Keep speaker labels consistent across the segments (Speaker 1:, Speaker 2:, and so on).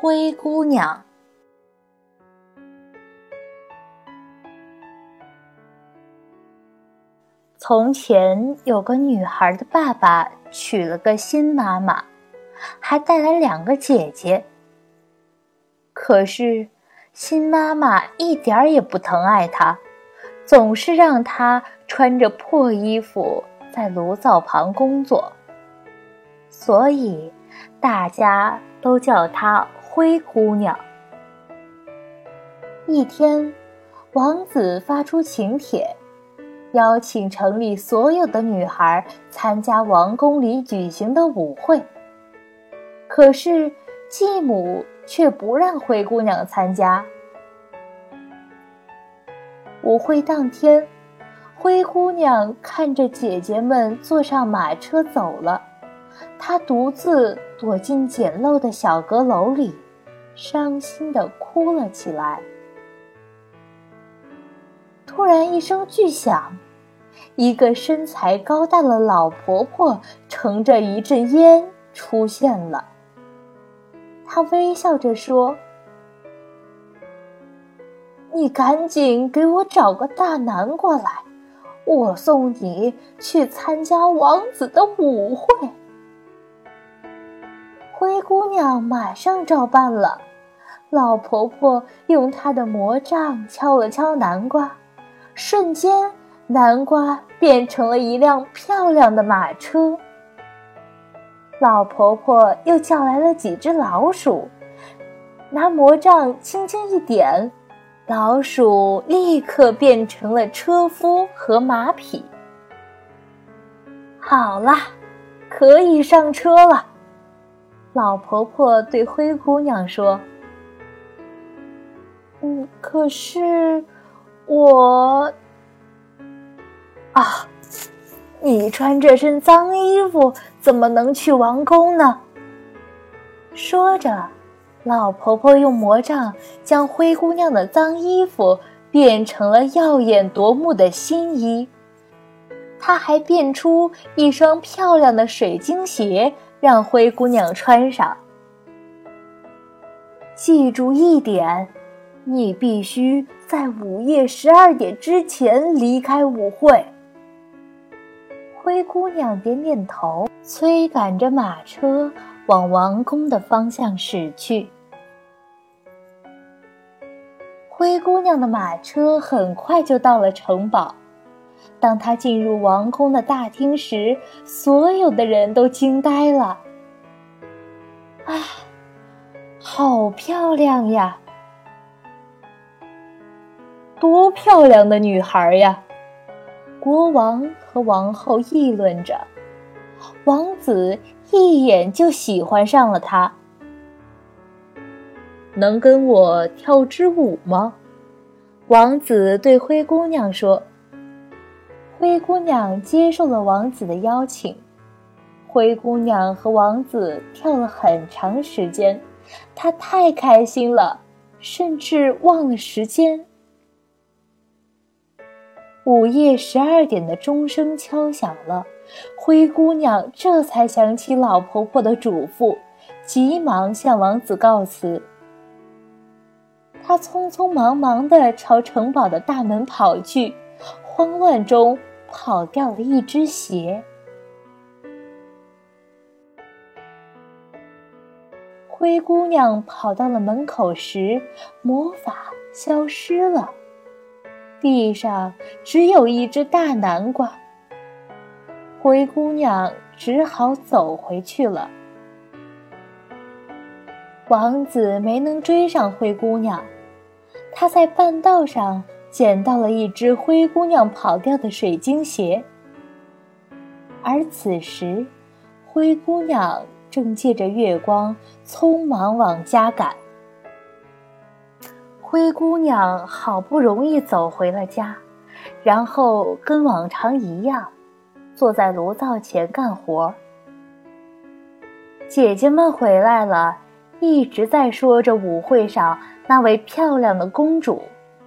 Speaker 1: 灰姑娘。从前有个女孩的爸爸娶了个新妈妈，还带来2个姐姐。可是新妈妈一点儿也不疼爱她，总是让她穿着破衣服在炉灶旁工作，所以大家都叫她灰姑娘。一天，王子发出请帖，邀请城里所有的女孩参加王宫里举行的舞会。可是继母却不让灰姑娘参加。舞会当天，灰姑娘看着姐姐们坐上马车走了，她独自躲进简陋的小阁楼里，伤心地哭了起来。突然一声巨响，一个身材高大的老婆婆乘着一阵烟出现了。她微笑着说：“你赶紧给我找个大南瓜来，我送你去参加王子的舞会。”灰姑娘马上照办了。老婆婆用她的魔杖敲了敲南瓜，瞬间南瓜变成了一辆漂亮的马车。老婆婆又叫来了几只老鼠，拿魔杖轻轻一点，老鼠立刻变成了车夫和马匹。好啦，可以上车了。老婆婆对灰姑娘说：“可是我……你穿这身脏衣服怎么能去王宫呢？”说着，老婆婆用魔杖将灰姑娘的脏衣服变成了耀眼夺目的新衣。她还变出一双漂亮的水晶鞋让灰姑娘穿上。记住一点，你必须在午夜12点之前离开舞会。灰姑娘点点头，催赶着马车往王宫的方向驶去。灰姑娘的马车很快就到了城堡。当她进入王宫的大厅时，所有的人都惊呆了。好漂亮呀！多漂亮的女孩呀！国王和王后议论着，王子一眼就喜欢上了她。能跟我跳支舞吗？王子对灰姑娘说。灰姑娘接受了王子的邀请。灰姑娘和王子跳了很长时间，她太开心了，甚至忘了时间。午夜12点的钟声敲响了，灰姑娘这才想起老婆婆的嘱咐，急忙向王子告辞。她匆匆忙忙地朝城堡的大门跑去，慌乱中跑掉了一只鞋。灰姑娘跑到了门口时，魔法消失了。地上只有一只大南瓜，灰姑娘只好走回去了。王子没能追上灰姑娘，他在半道上捡到了一只灰姑娘跑掉的水晶鞋。而此时，灰姑娘正借着月光匆忙往家赶。灰姑娘好不容易走回了家，然后跟往常一样，坐在炉灶前干活。姐姐们回来了，一直在说着舞会上那位漂亮的公主。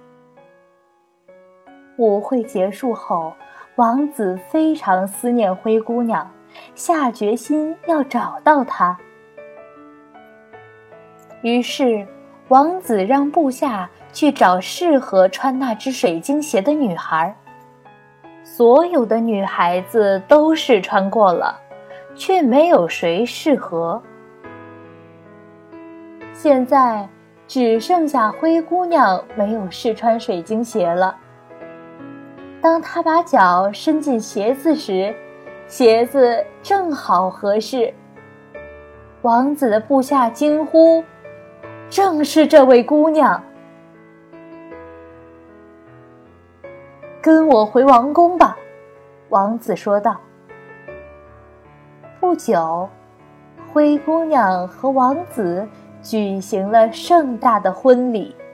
Speaker 1: 舞会结束后，王子非常思念灰姑娘，下决心要找到她。 于是王子让部下去找适合穿那只水晶鞋的女孩。所有的女孩子都试穿过了，却没有谁适合。现在只剩下灰姑娘没有试穿水晶鞋了。当她把脚伸进鞋子时，鞋子正好合适。王子的部下惊呼：正是这位姑娘！跟我回王宫吧，王子说道。不久，灰姑娘和王子举行了盛大的婚礼。